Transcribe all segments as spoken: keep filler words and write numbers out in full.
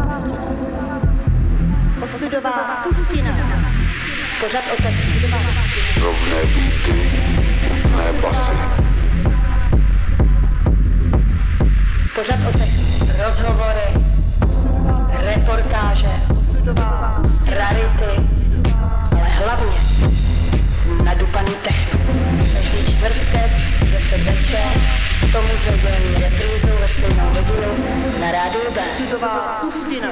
pustina. Osudová pustina. Pořad o technice. Rovné beaty, ne basy. Pořad o technice. Rozhovory, reportáže, rarity, ale hlavně nadupaný technik. Každý čtvrtek, deset večer, k tomu s nedělní reprízou ve stejnou hodinu na rádiu B. Osudová pustina.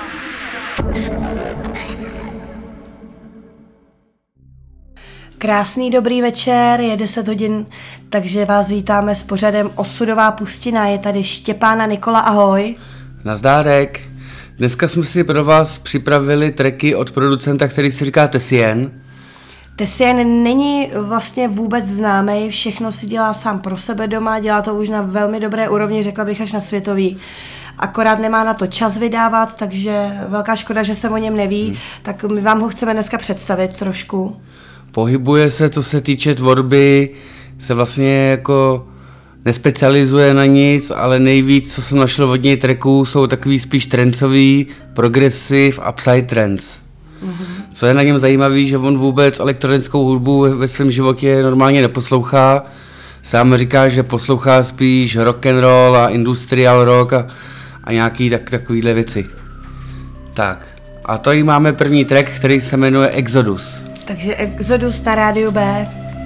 Krásný dobrý večer, je deset hodin, takže vás vítáme s pořadem Osudová pustina. Je tady Štěpán a Nikola, ahoj. Nazdárek. Dneska jsme si pro vás připravili tracky od producenta, který si říká Tessien. Tessien není vlastně vůbec známý, všechno si dělá sám pro sebe doma, dělá to už na velmi dobré úrovni, řekla bych až na světový. Akorát nemá na to čas vydávat, takže velká škoda, že se o něm neví, hmm. tak my vám ho chceme dneska představit trošku. Pohybuje se, co se týče tvorby, se vlastně jako nespecializuje na nic, ale nejvíc, co jsem našel od něj tracků, jsou takový spíš trancový, progressive a psytrance. Mm-hmm. Co je na něm zajímavý, že on vůbec elektronickou hudbu ve svém životě normálně neposlouchá. Sám říká, že poslouchá spíš rock and roll a industrial rock a, a nějaký tak, takovýhle věci. Tak, a tady máme první track, který se jmenuje Exodus. Takže Exodus na rádiu B.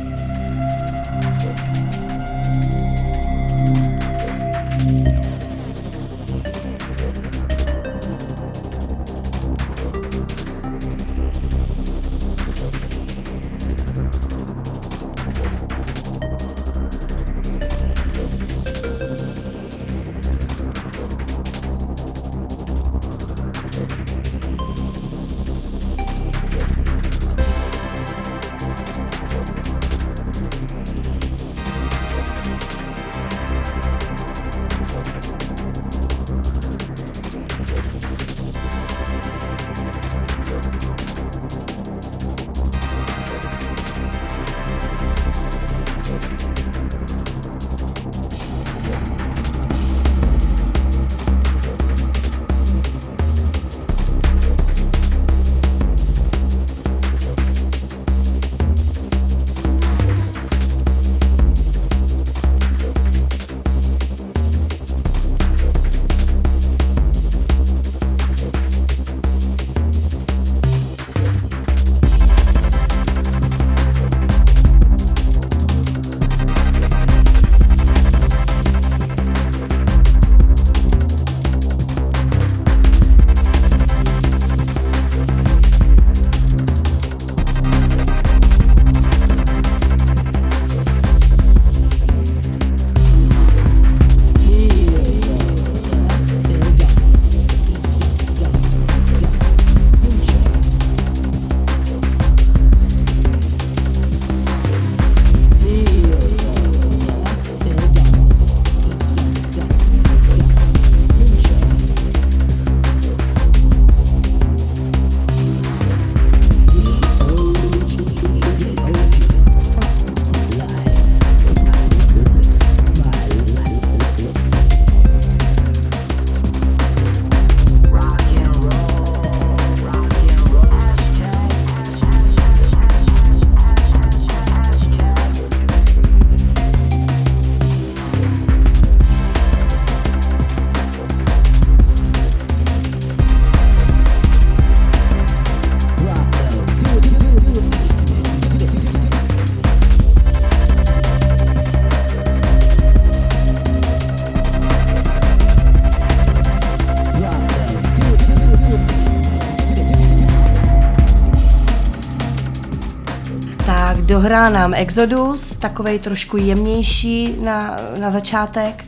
Dohrál nám Exodus, takovej trošku jemnější na, na začátek.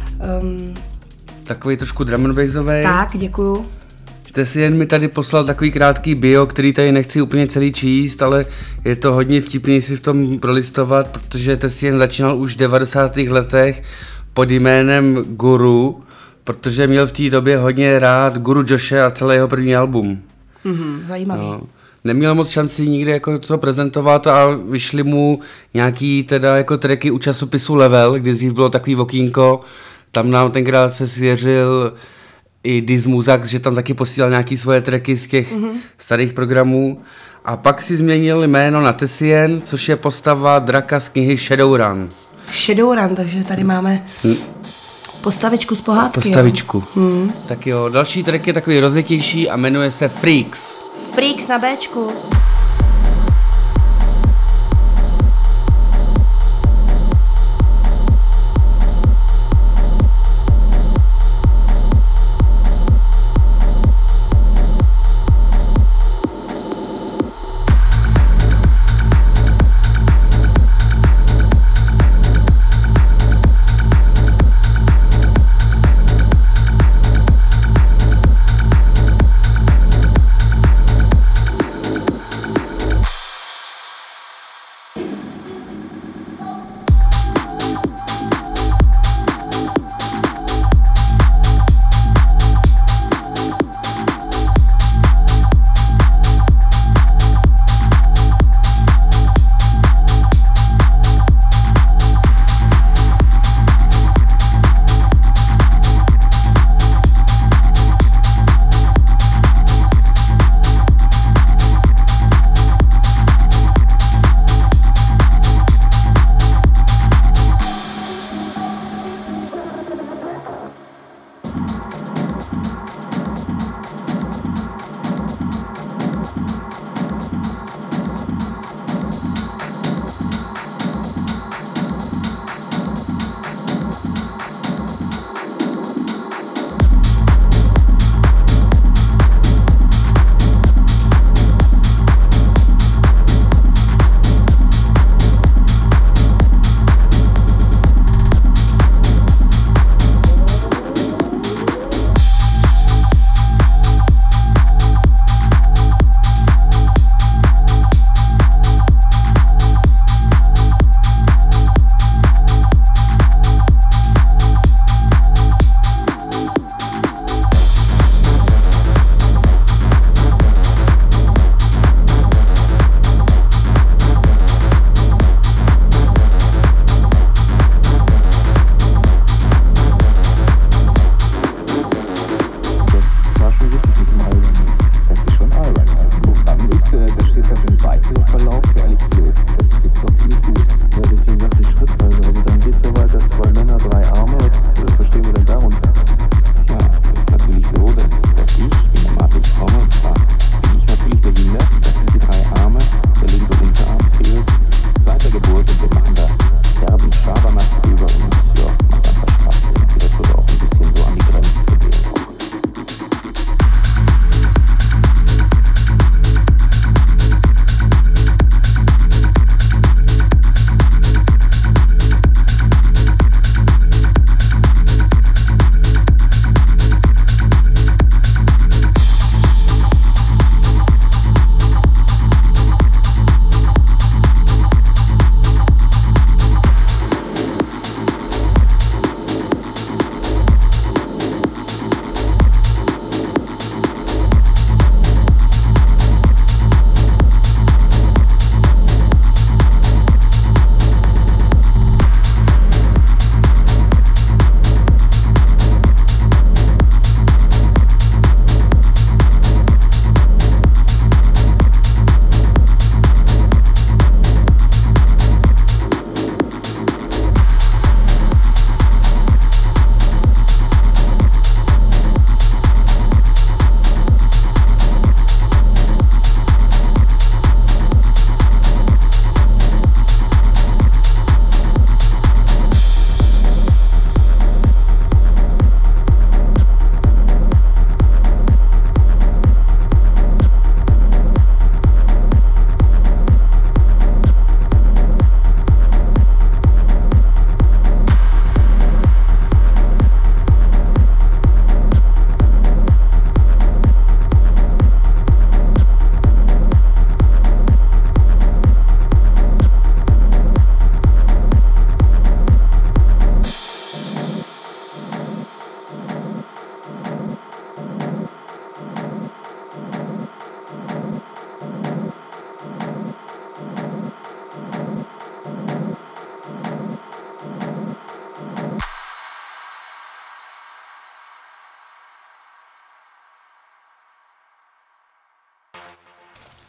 Um, Takový trošku drum and bassovej. Tak, děkuju. Tessien mi tady poslal takový krátký bio, který tady nechci úplně celý číst, ale je to hodně vtipný si v tom prolistovat, protože Tessien začínal už v devadesátých letech pod jménem Guru, protože měl v té době hodně rád Guru Joshe a celý jeho první album. Mm-hmm, zajímavý. No. Neměl moc šanci nikdy jako to prezentovat a vyšly mu nějaký teda jako tracky u časopisu Level, kdy dřív bylo takový okýnko, tam nám tenkrát se svěřil i Dismusax, že tam taky posílal nějaký svoje tracky z těch mm-hmm. starých programů. A pak si změnil jméno na Tessien, což je postava draka z knihy Shadowrun. Shadowrun, takže tady máme hmm. postavičku z pohádky. Postavičku. Hmm. Tak jo, další track je takový rozjetější a jmenuje se Freaks. Freaks na Bčku.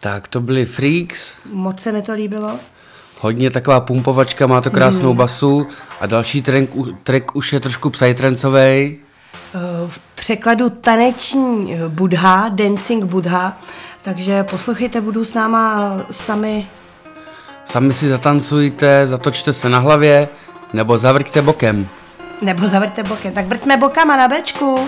Tak to byly Freaks. Moc se mi to líbilo. Hodně taková pumpovačka, má to krásnou Hmm. basu. A další track, track už je trošku psytrancovej. V překladu taneční Buddha, Dancing Buddha. Takže poslouchejte, budu s náma sami. Sami si zatancujte, zatočte se na hlavě, nebo zavrťte bokem. Nebo zavrťte bokem. Tak vrťme bokama na bečku.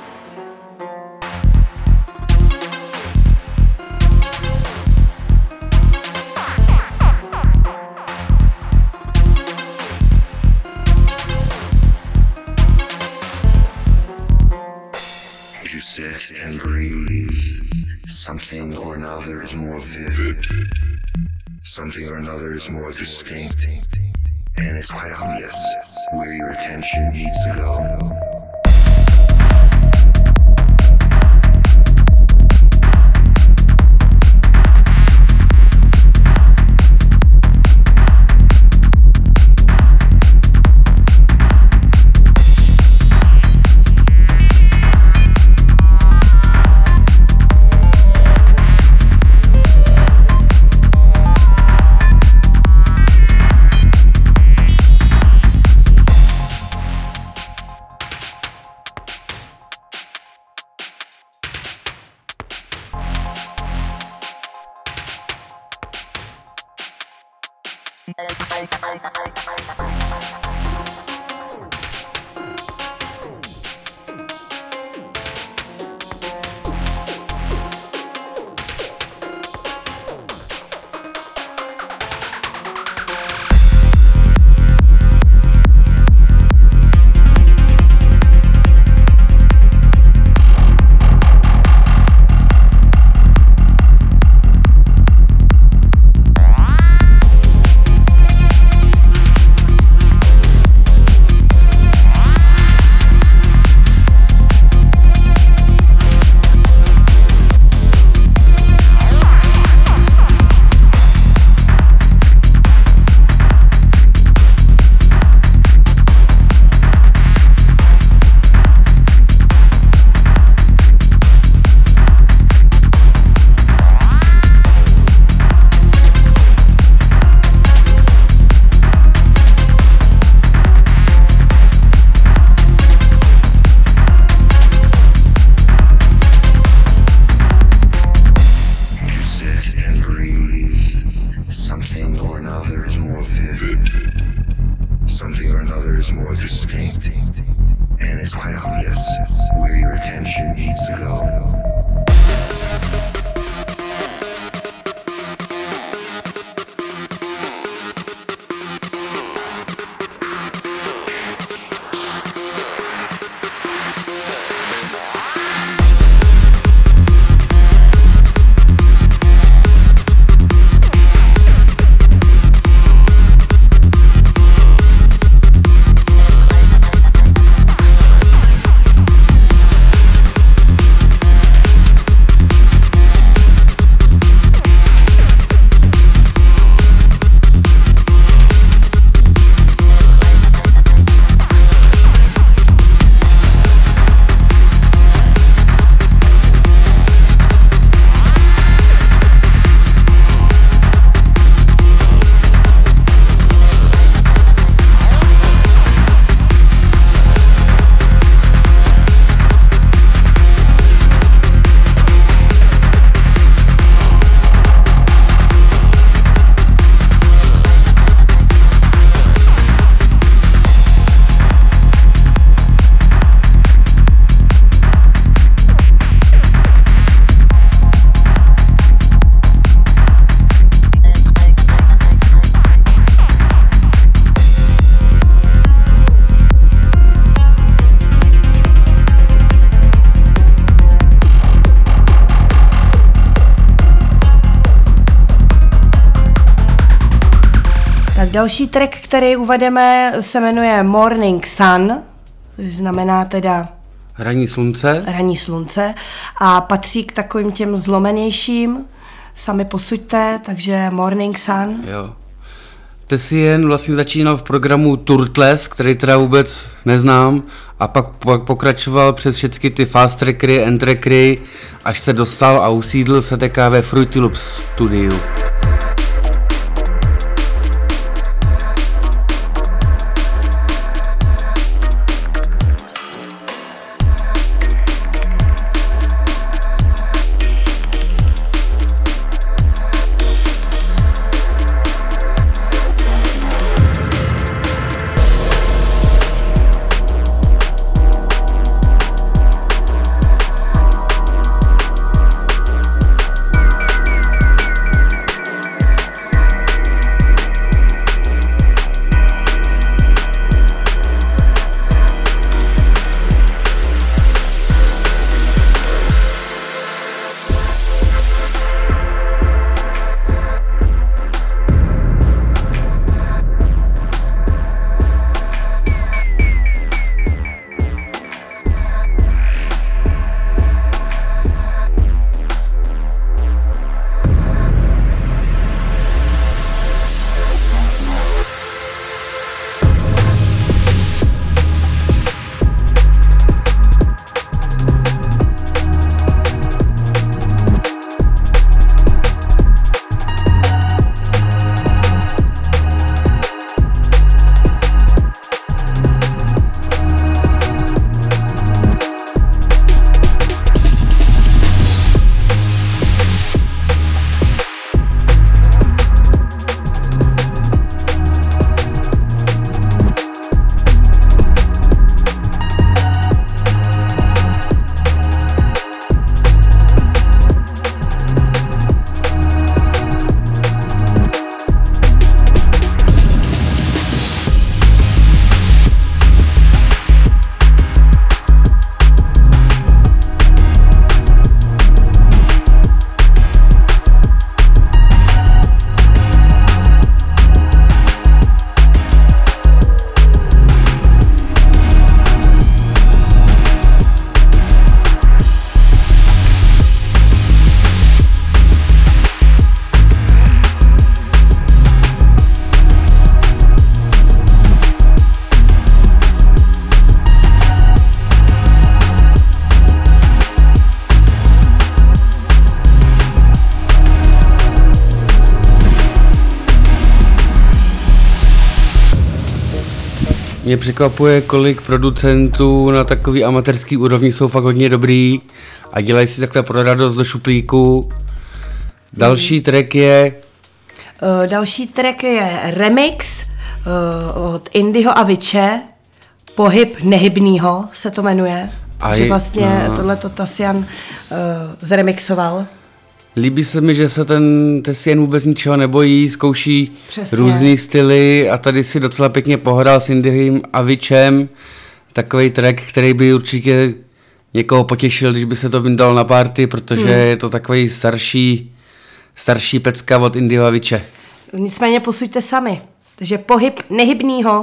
You sit and breathe. Something or another is more vivid. Something or another is more distinct. And it's quite obvious where your attention needs to go. Další track, který uvedeme, se jmenuje Morning Sun, což znamená teda Ranní slunce. Ranní slunce a patří k takovým těm zlomenějším, sami posuďte, takže Morning Sun. Jo. Tessien vlastně začínal v programu Turtles, který teda vůbec neznám, a pak, pak pokračoval přes všechny ty fast trackery, end trackery až se dostal a usídl se teďka ve Fruity Loops studiu. Mě překvapuje, kolik producentů na takový amatérský úrovni jsou fakt hodně dobrý a dělají si takhle pro radost do šuplíku. Další track je... Uh, další track je remix uh, od Indyho a Viče, Pohyb nehybnýho se to jmenuje. A že vlastně no. tohleto Tasian uh, zremixoval. Líbí se mi, že se ten Tasian vůbec ničeho nebojí, zkouší Přesně. různý styly a tady si docela pěkně pohrál s Indym a Vičem. Takový track, který by určitě někoho potěšil, když by se to vyndal na party, protože hmm. je to takový starší, starší pecka od Indyho a Viče. Nicméně posuďte sami. Takže Pohyb nehybnýho.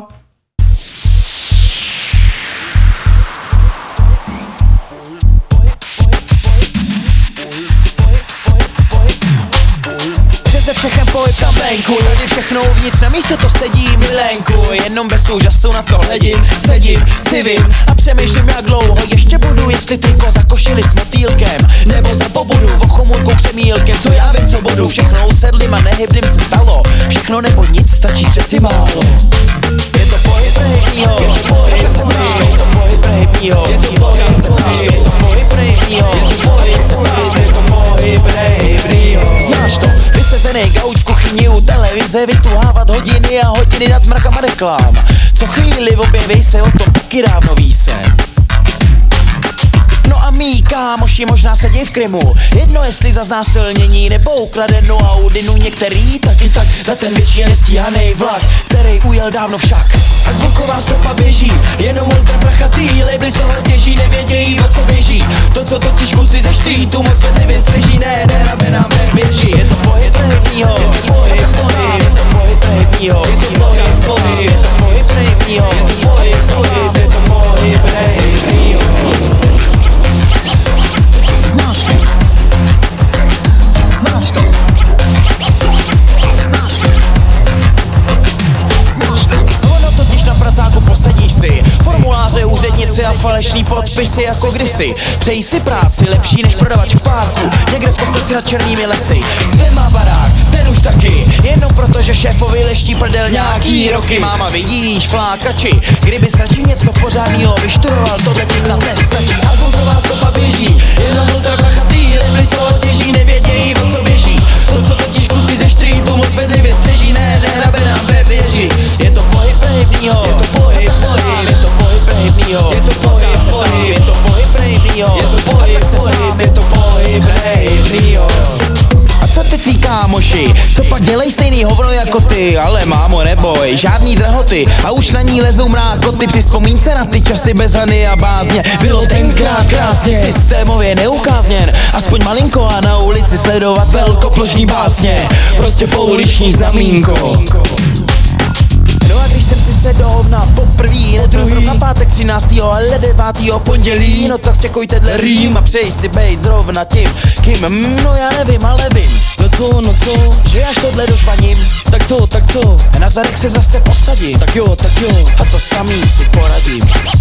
Tam venku, tady všechno uvnitř, na místě to sedí, milenku. Jenom bez úžasu na to hledím, sedím, civím a přemýšlím, jak dlouho ještě budu, jestli triko zakošili s motýlkem, nebo za pobudu, o chomůrku křemílkem. Co já vím, co budu, všechno usedlým a nehybným se stalo. Všechno nebo nic, stačí přeci málo. Je to pohyb nehybnýho, je to pohyb nehybnýho, je to pohyb nehybnýho, je to pohyb nehybnýho, je to pohyb nehybnýho. Znáš to, vysezený gauč v kuchyni u televize, vytuhávat hodiny a hodiny nad mrakama reklám. Co chvíli objeví se, o tom taky dávno ví se. No a mý kámoši možná sedí v Krymu, jedno jestli za znásilnění nebo ukradenou Audinu. Některý taky tak za ten věčně nestíhaný vlak, který ujel dávno však. A zvuková stopa běží, jenom ultra prachatý, labely z toho těží, nevědějí, o co běží. To, co totiž kluci ze štrítu moc bedlivě střeží, ne, ne, aby nám ven běží. Je to pohyb nehybnýho, je to pohyb nehybnýho, je to pohyb nehybnýho, je to pohyb nehybnýho, je to pohyb nehybnýho, je to pohyb nehybnýho, je to pohyb nehybnýho. Znáš to? Znáš to? Znáš to? Znáš to? Ono totiž na pracáku posedíš si, formuláře, úřednici a falešný podpisy jako kdysi. Přeji si práci lepší než prodavač pár. černými lesy. Ten má barák, ten už taky, jenom proto, že šéfovi leští prdel nějaký roky. Máma vidíš, flákači, kdyby radši něco pořádnýho vyštudoval, tohle ti snad nestačí. Albumová stopa běží, jenom ultra prachatý, libly z toho těží, nevědějí, o co běží. To, co totiž kluci ze streetu moc bedlivě střeží, ne, nehrabe nám ve věži. Je to pohyb rejbnýho, je to pohyb, pohyb, je to pohyb rejbnýho, je to pohyb, pohyb, je to pohyb rejbnýho, je to pohyb, pohyb, je to pohyb rejbnýho. A co ty tví kámoši, co pak dělej stejný hovno jako ty, ale mámo neboj, žádný drahoty a už na ní lezou mrákoty. Při vzpomínce na ty časy bez hany a bázně, bylo tenkrát krásně, systémově neukázněn, aspoň malinko a na ulici sledovat velkoplošní básně, prostě pouliční znamínko. No a když jsem si sedl na poprvý, nebyl zrovna pátek třináctého ale devátého pondělí, no tak čekuj tenhle rým a přeji si bejt zrovna tím, kým, mm, no já nevím, ale vím. No co, no co, že až tohle dopaním, tak co, tak co, na zadek se zase posadím, tak jo, tak jo, a to samý si poradím.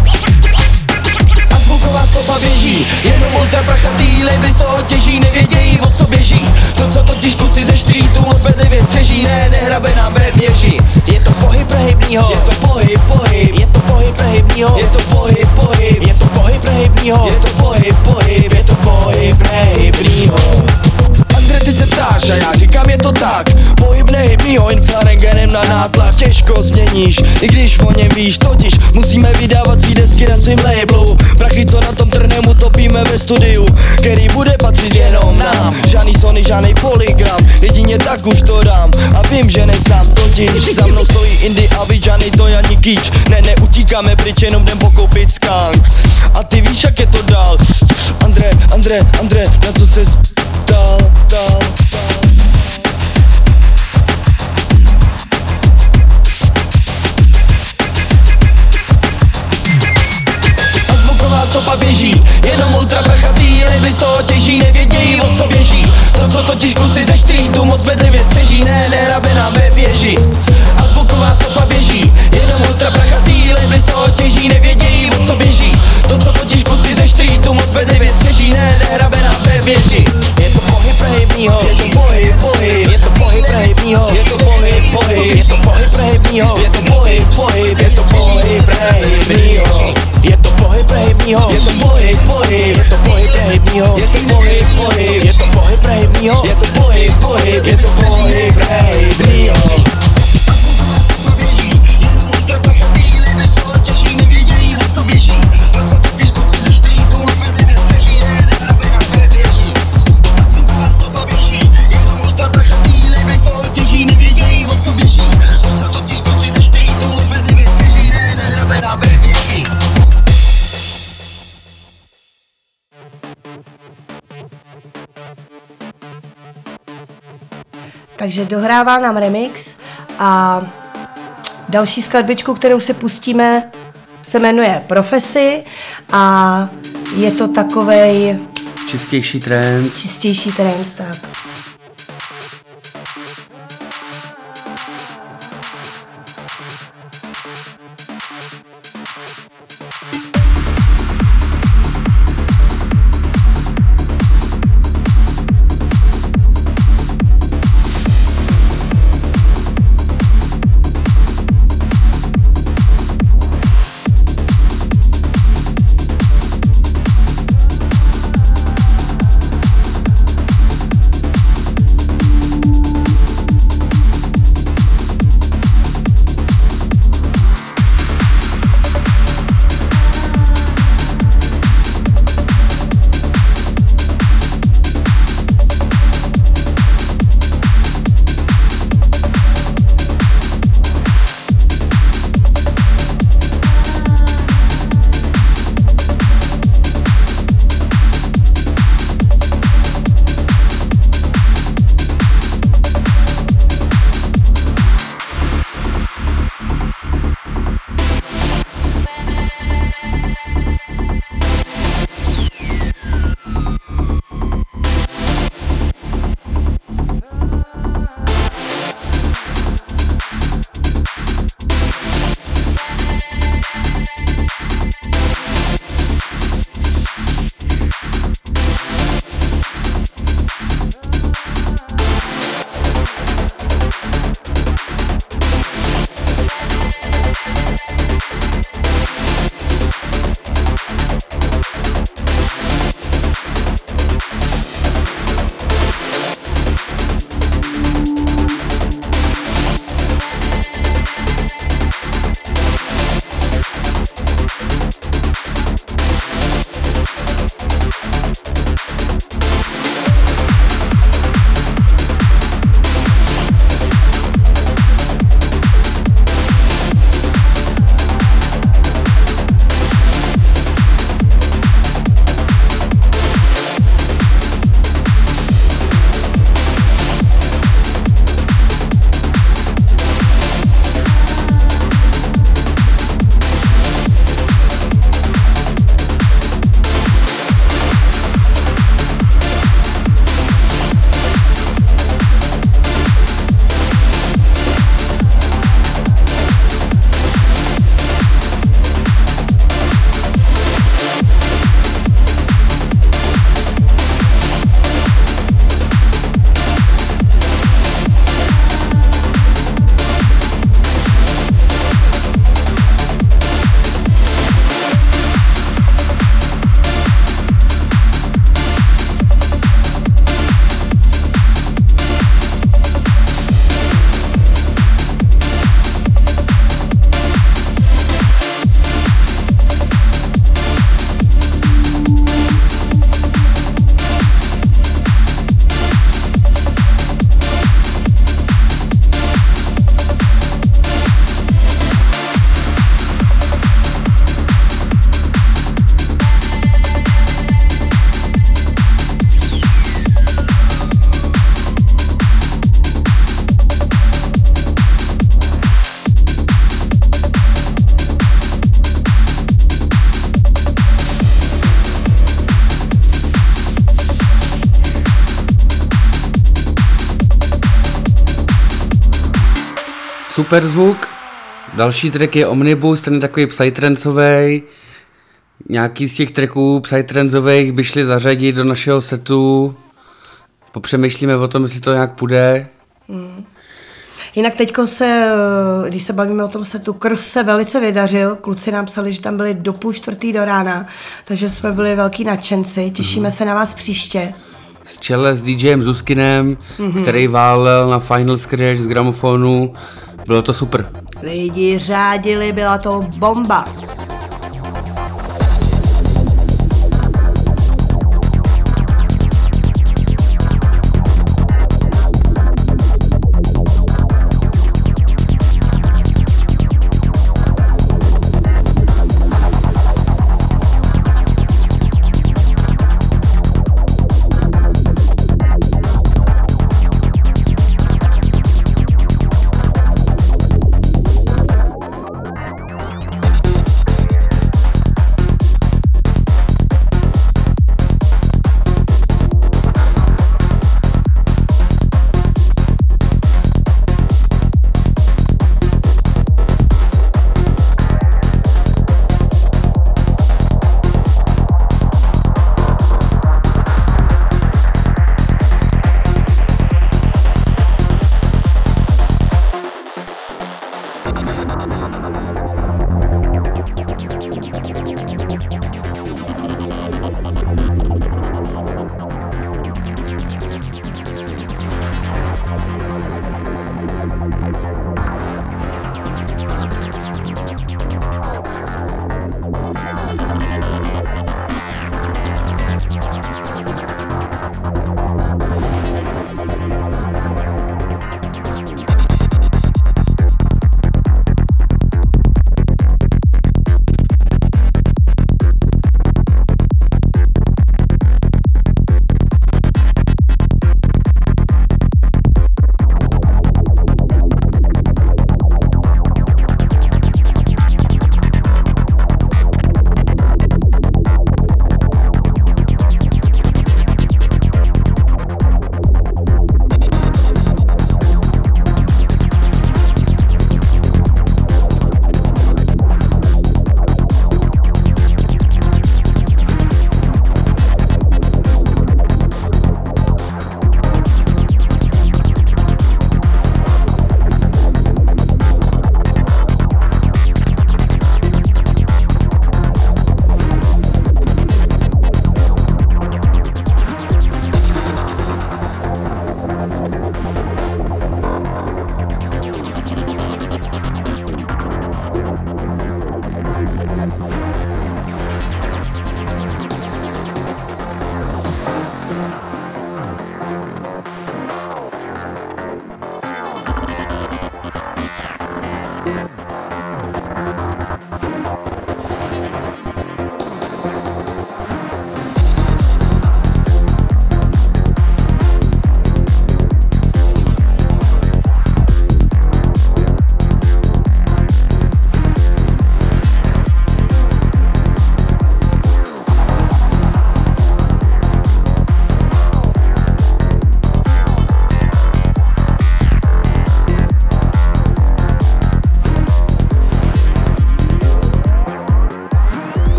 A zvuková stopa běží, jenom ultra prachatý, libly z toho těží, nevědějí, o co běží. To, co totiž kluci ze streetu moc bedlivě střeží, ne, nehrabe nám ve věži. Je to pohyb rehybnýho, je to pohyb, pohyb, je to pohyb rehybnýho, je to pohyb, pohyb, je to pohyb rehybnýho, je to pohyb, pohyb, je to pohyb rehybnýho. Andre, ty se ptáš a já říkám, je to tak. Pohyb nehybnýho infrarengenem na nátlak těžko změníš, i když o něm víš, totiž musíme vydávat svý desky na svým labelu. Prachy, co na tom trnem utopíme ve studiu, který bude patřit jenom nám. Žádný Sony, žádnej polygram, jedině tak už to dám. A vím, že nesám, totiž za mnou stojí Indy a Vidžany, to ani kýč. Ne, neutíkáme pryč, jenom jdem pokoupit skunk. A ty víš, jak je to dál. Andre, Andre, Andre, na co ses dal, dal, dal. Stopa běží, jenom ultra prachatý, libly z toho těží, nevědějí, o co běží. To, co totiž kluci ze streetu moc bedlivě střeží, ne, nehrabe nám ve věži. A zvuková stopa běží, jenom ultra prachatý, libly z toho těží, nevědějí, o co běží. To, co totiž kluci ze streetu moc bedlivě střeží, ne, nehrabe nám ve věži. Je to pohyb rehybnýho, je to pohyb, pohyb, je to pohyb rehybnýho, je to pohyb, pohyb, je to pohyb rehybnýho, je to pohyb, pohyb, je to pohyb rehybnýho. Je to pohyb rehybnýho, je to pohyb, pohyb, je to pohyb rehybnýho, je to pohyb, pohyb, je to pohyb rehybnýho, je to pohyb, pohyb, je to pohyb rehybnýho. Takže dohrává nám remix a další skladbičku, kterou si pustíme, se jmenuje Profesi a je to takovej čistější trance. Čistější trance, tak. super zvuk. Další track je Omnibus, ten je takový psytrancovej. Nějaký z těch tracků psytrancových by šli zařadit do našeho setu. Popřemýšlíme o tom, jestli to nějak půjde. Hmm. Jinak teďko se, když se bavíme o tom setu, Cross se velice vydařil. Kluci nám psali, že tam byli do půl čtvrtý do rána, takže jsme byli velký nadšenci. Těšíme mm. se na vás příště. Z čele s DJem Zuskinem, mm-hmm. který válel na Final Scratch z gramofonu. Bylo to super. Lidi řádili, byla to bomba.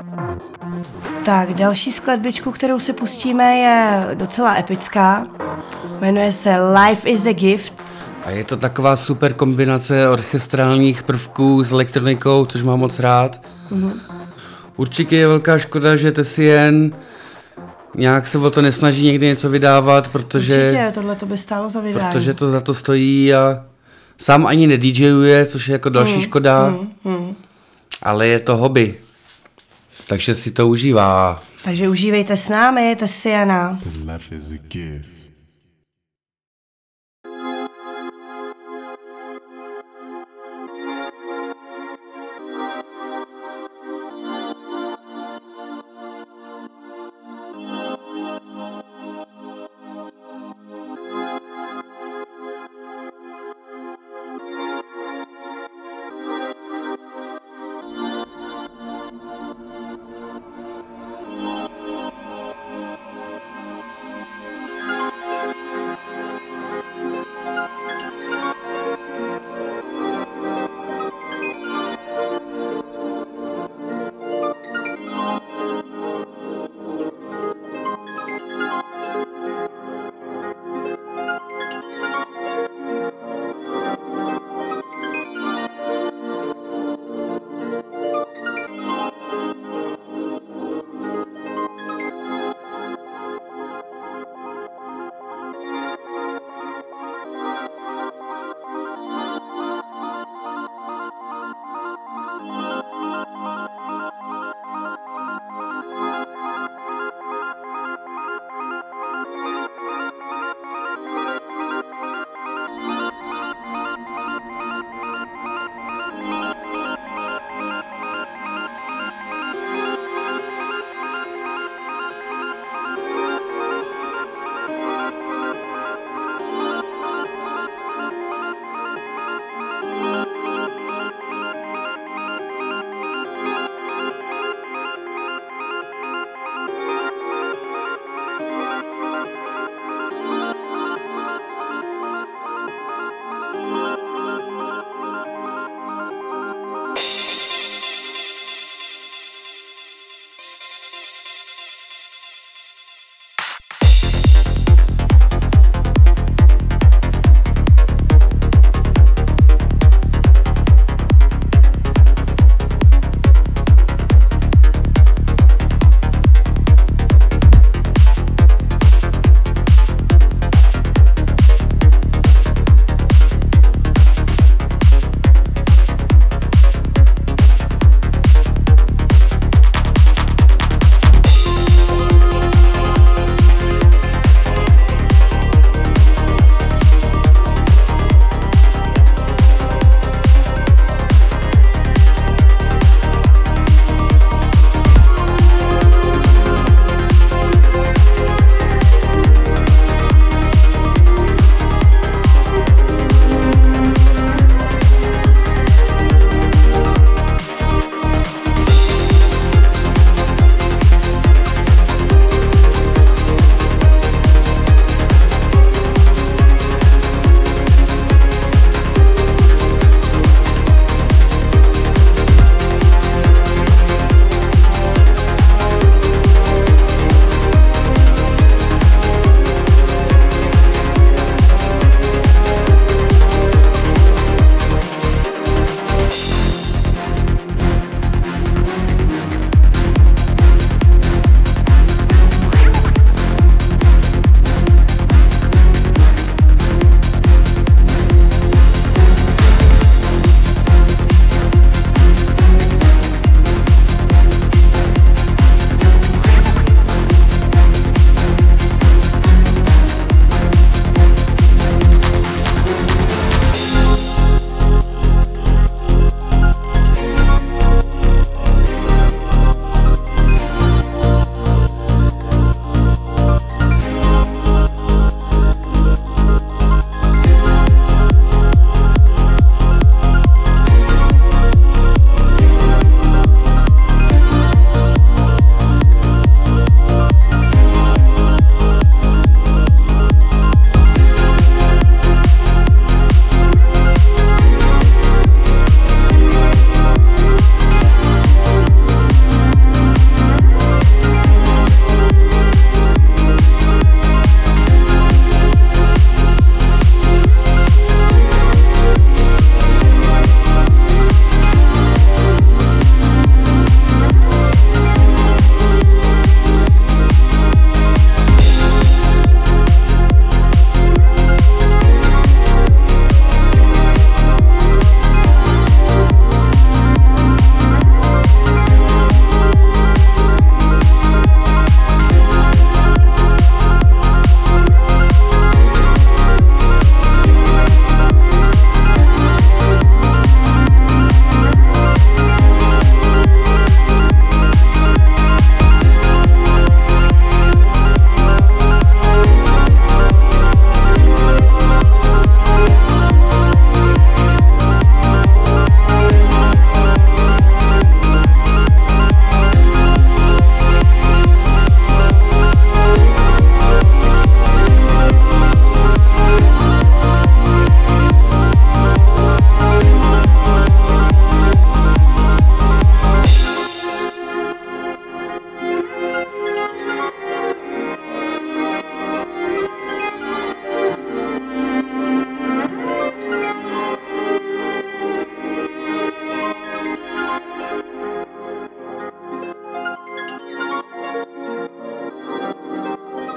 Tak, další skladbičku, kterou si pustíme, je docela epická. Jmenuje se Life is a Gift. A je to taková super kombinace orchestrálních prvků s elektronikou, což mám moc rád. Mm-hmm. Určitě je velká škoda, že Tessien nějak se o to nesnaží někdy něco vydávat, protože... Určitě, tohle to by stálo za vydání. Protože to za to stojí a sám ani nedíjejuje, což je jako další mm, škoda, mm, mm. ale je to hobby, takže si to užívá. Takže užívejte s námi, Tessiena. Life is a gift.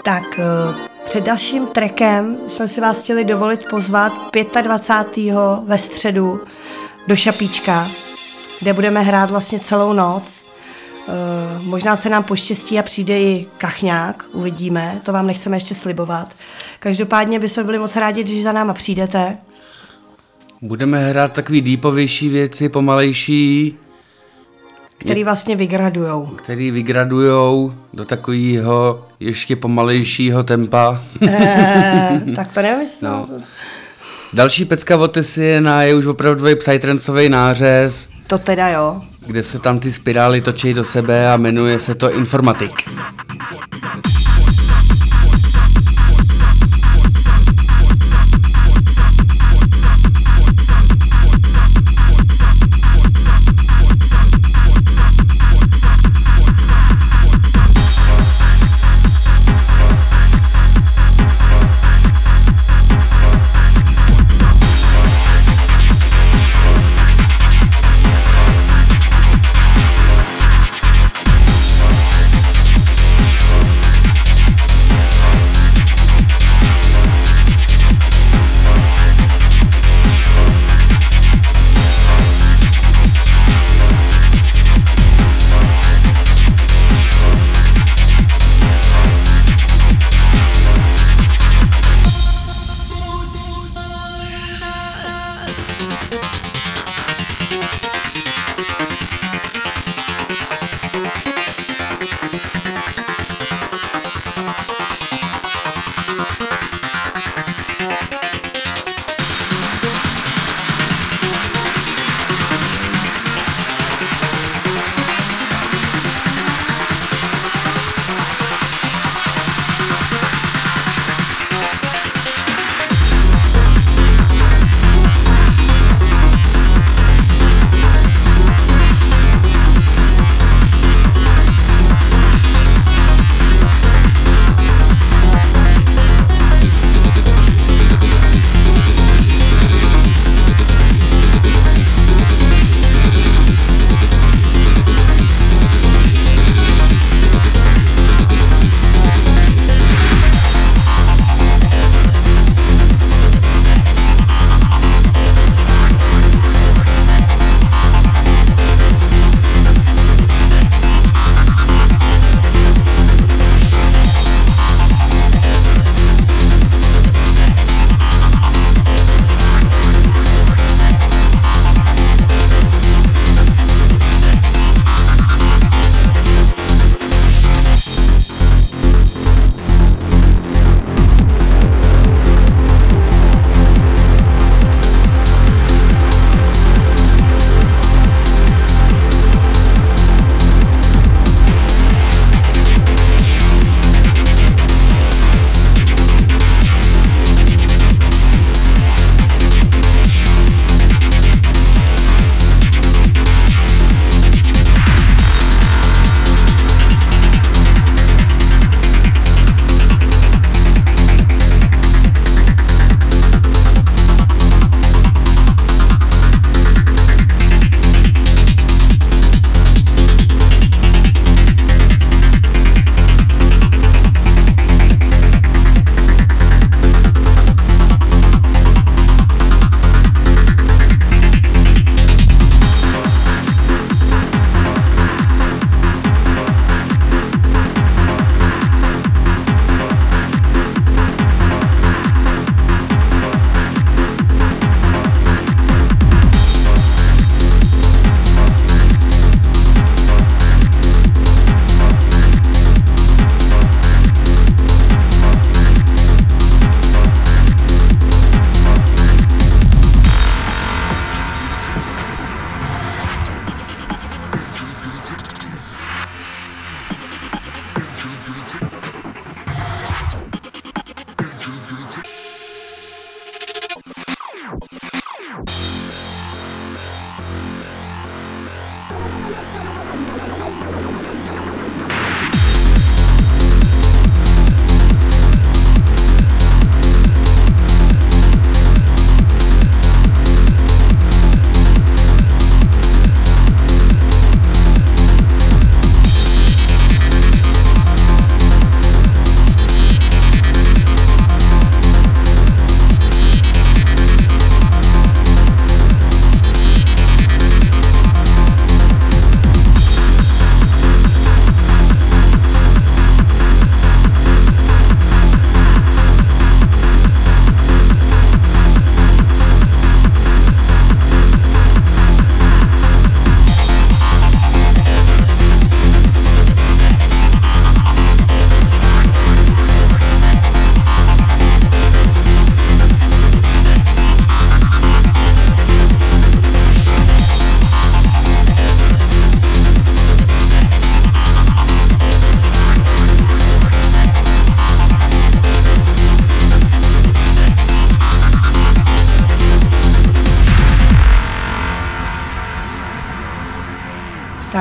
Tak uh, před dalším trackem jsme si vás chtěli dovolit pozvat dvacátého pátého ve středu do Šapíčka, kde budeme hrát vlastně celou noc. Uh, možná se nám poštěstí a přijde i kachňák, uvidíme, to vám nechceme ještě slibovat. Každopádně bychom byli moc rádi, když za náma přijdete. Budeme hrát takový deepovější věci, pomalejší, Který vlastně vygradujou. který vygradujou do takového ještě pomalejšího tempa. E, tak to nemyslím. No. Další pecka od Tesy je na je už opravdový psytrancový nářez, To teda jo. kde se tam ty spirály točí do sebe a jmenuje se to Informatik.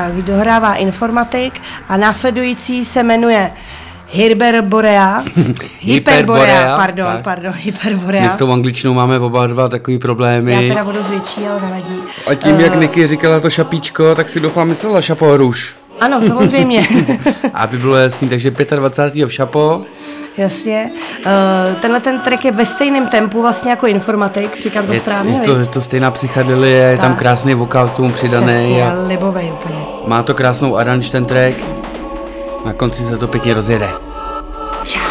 tak dohrává informatik a následující se jmenuje Hyperborea. Hyperborea, pardon, tak. pardon, Hyperborea. My s tou angličnou máme oba dva takový problémy. Já teda budu zvětší, ale nevadí. A tím, Uh, jak Niky říkala to šapíčko, tak si doufám myslela Šapo Ruš. Ano, samozřejmě. Aby bylo jasný, takže dvacátého pátého v Šapo. Jasně. Uh, tenhle ten track je ve stejném tempu vlastně jako informatik, říkám to Je, správně, je, to, je to stejná psychedelie, je tam Tak. krásný vokál k tomu přidaný. Přesně, A libovej úplně. má to krásnou aranž ten track. Na konci se to pěkně rozjede. Čau.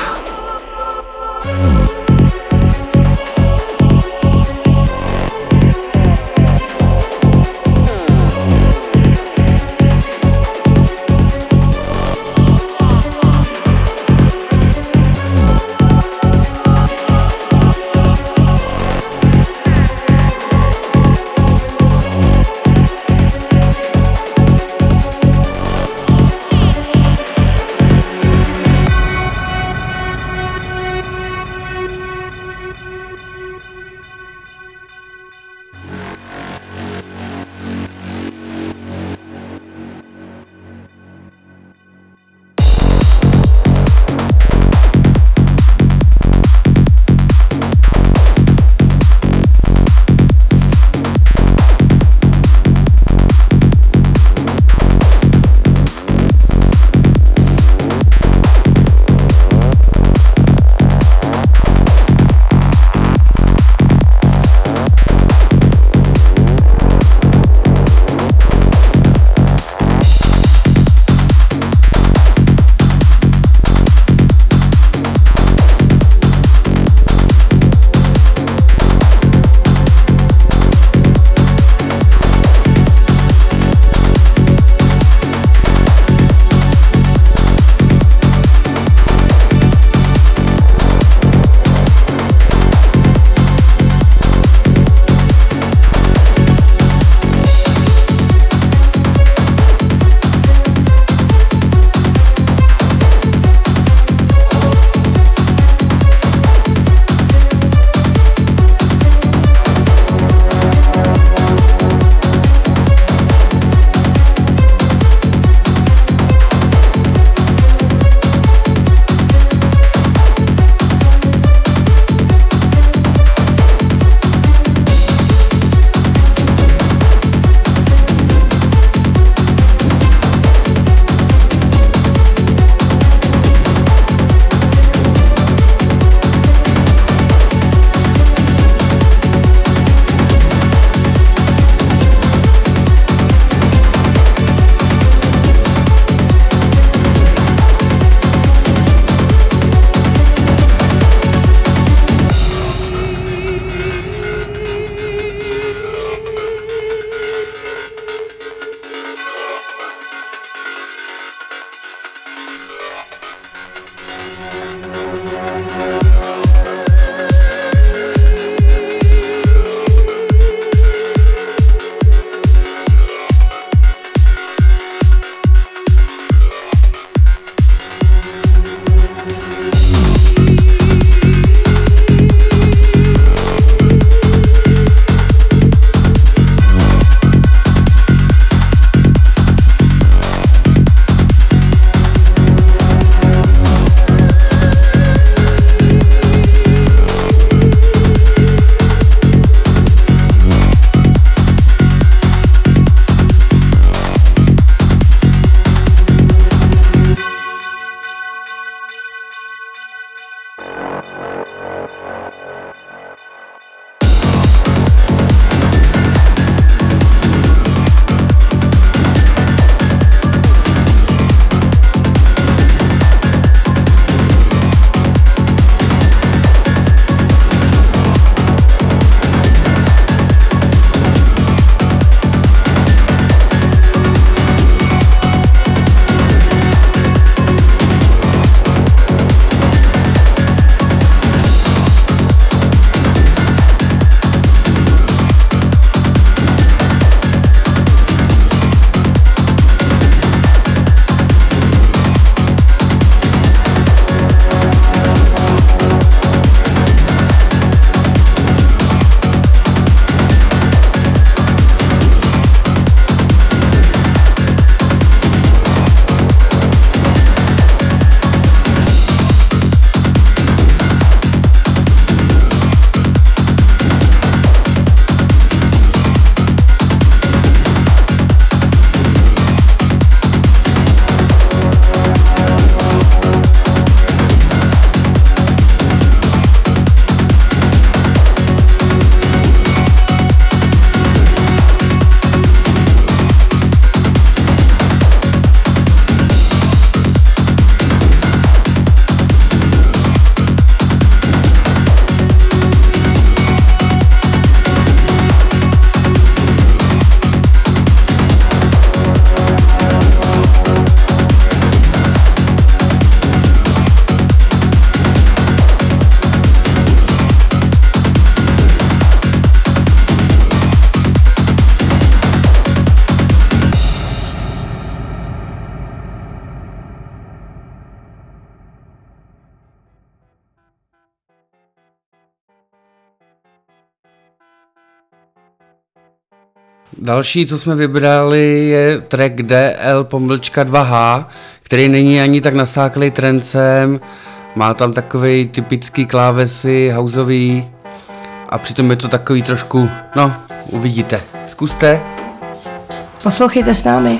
Další, co jsme vybrali, je track D L pomlčka dva H, který není ani tak nasáklej trencem, má tam takový typický klávesy, houseový a přitom je to takový trošku, no, uvidíte. Zkuste. Poslouchejte s námi.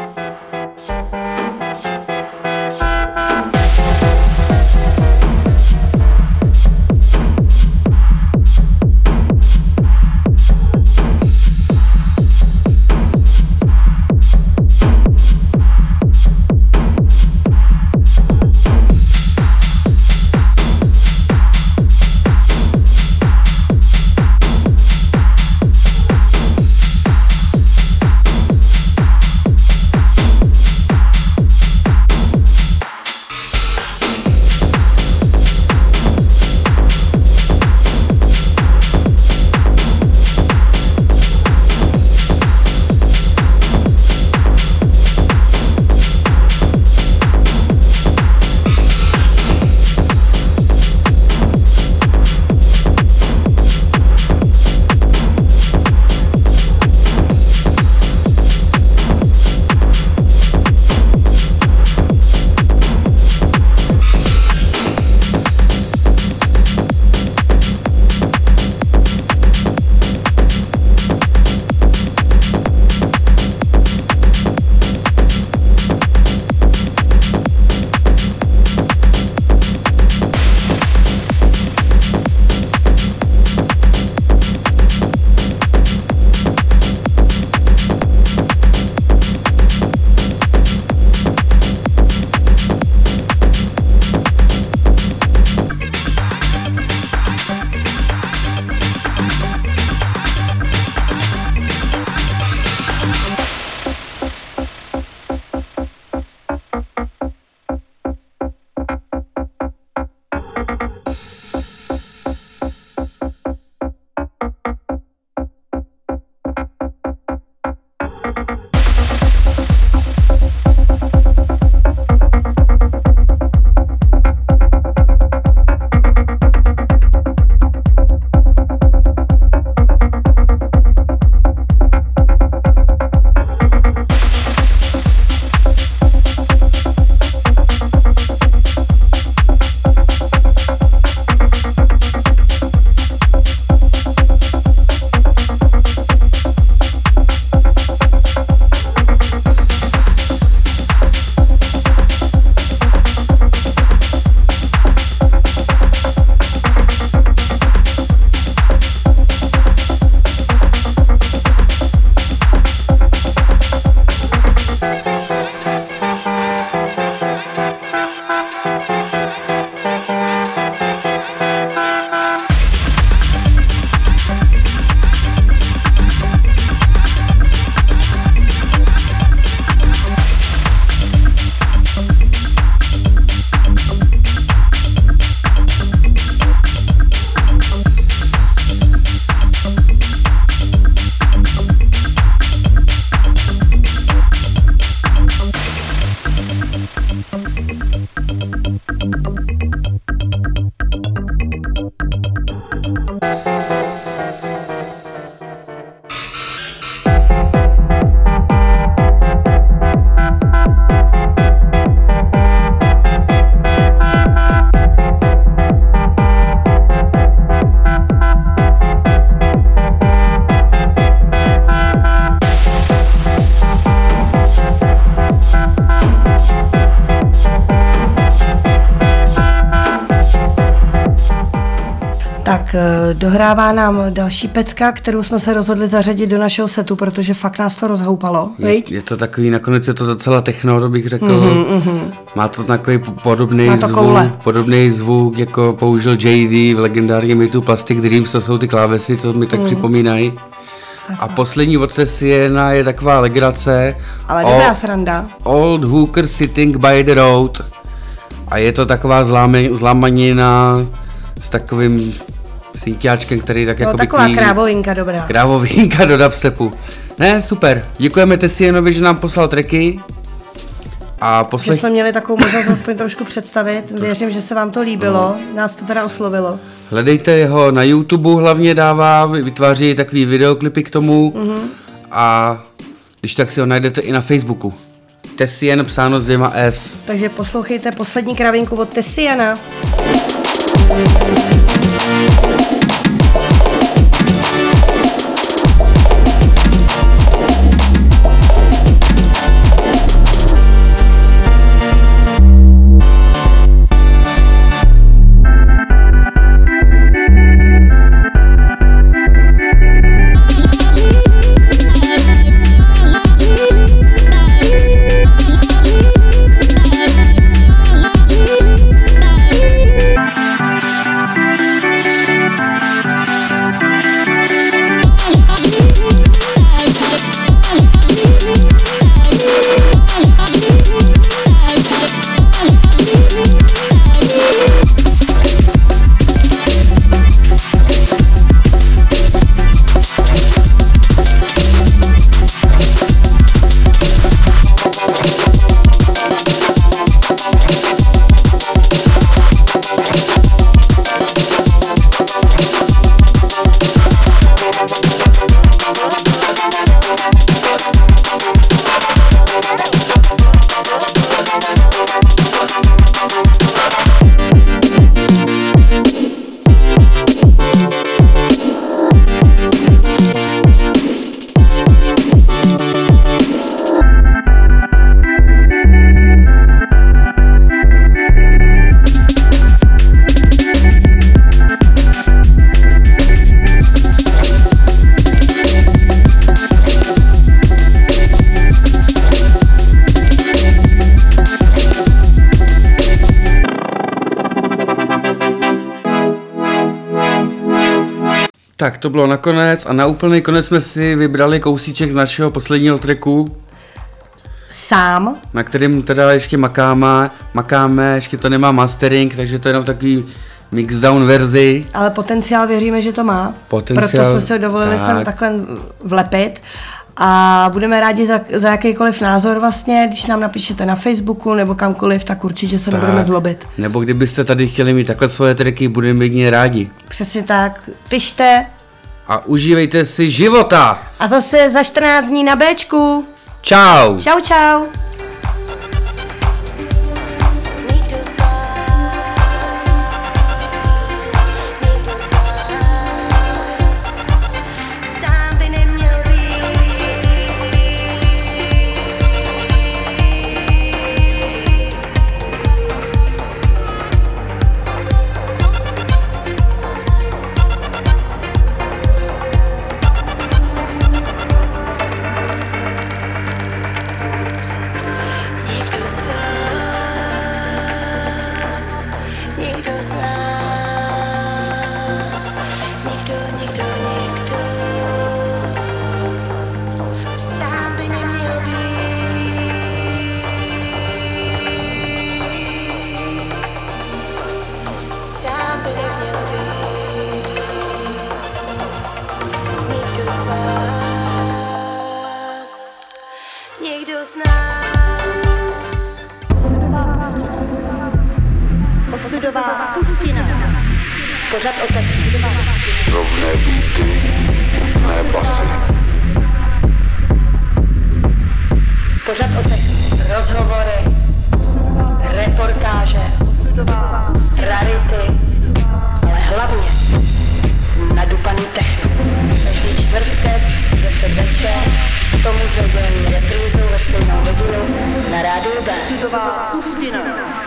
Tak dohrává nám další pecka, kterou jsme se rozhodli zařadit do našeho setu, protože fakt nás to rozhoupalo. Je, je to takový, nakonec je to docela techno, bych řekl. Mm-hmm, mm-hmm. Má to takový podobný Má to zvuk, koule. podobný zvuk, jako použil J D v legendárním hitu Plastic Dreams, to jsou ty klávesy, co mi tak mm. připomínají. A poslední od Tessiena je taková legrace. Ale dobrá sranda. Old Hooker Sitting by the Road. A je to taková zlámanina s takovým synťáčkem, který tak no, jako taková vykví... krávovinka dobrá. Krávovinka do dubstepu. Ne, super. Děkujeme Tessienovi, že nám poslal tracky. A poslech... Že jsme měli takovou možnost aspoň trošku představit. Věřím, že se vám to líbilo. No. Nás to teda oslovilo. Hledejte jeho na YouTube, hlavně dává, vytváří takový videoklipy k tomu. Mm-hmm. a když tak si ho najdete i na Facebooku. Tessian psáno s dvěma S. Takže poslouchejte poslední kravinku od Tessiana. Tak to bylo nakonec a na úplný konec jsme si vybrali kousíček z našeho posledního tracku. Sám. Na kterým teda ještě makáme, makáme, ještě to nemá mastering, takže to je jenom takový mixdown verzi. Ale potenciál věříme, že to má. Potenciál, proto jsme se dovolili tak. sem takhle vlepit. A budeme rádi za, za jakýkoliv názor vlastně, když nám napíšete na Facebooku nebo kamkoliv, tak určitě se nebudeme zlobit. Nebo kdybyste tady chtěli mít takhle svoje tracky, budeme jedině rádi. Přesně tak. Pište. A užívejte si života. A zase za čtrnáct dní na Bčku. Čau. Čau, čau. Osudová pustina. Pořad o tak. Rovné beaty, ne basy. Pořad o tak. Rozhovory, reportáže, rarity, ale hlavně nadupaný techno. Každý čtvrtek, deset večer, k tomu s nedělní reprízou ve stejnou hodinu na rádiu B. Osudová pustina.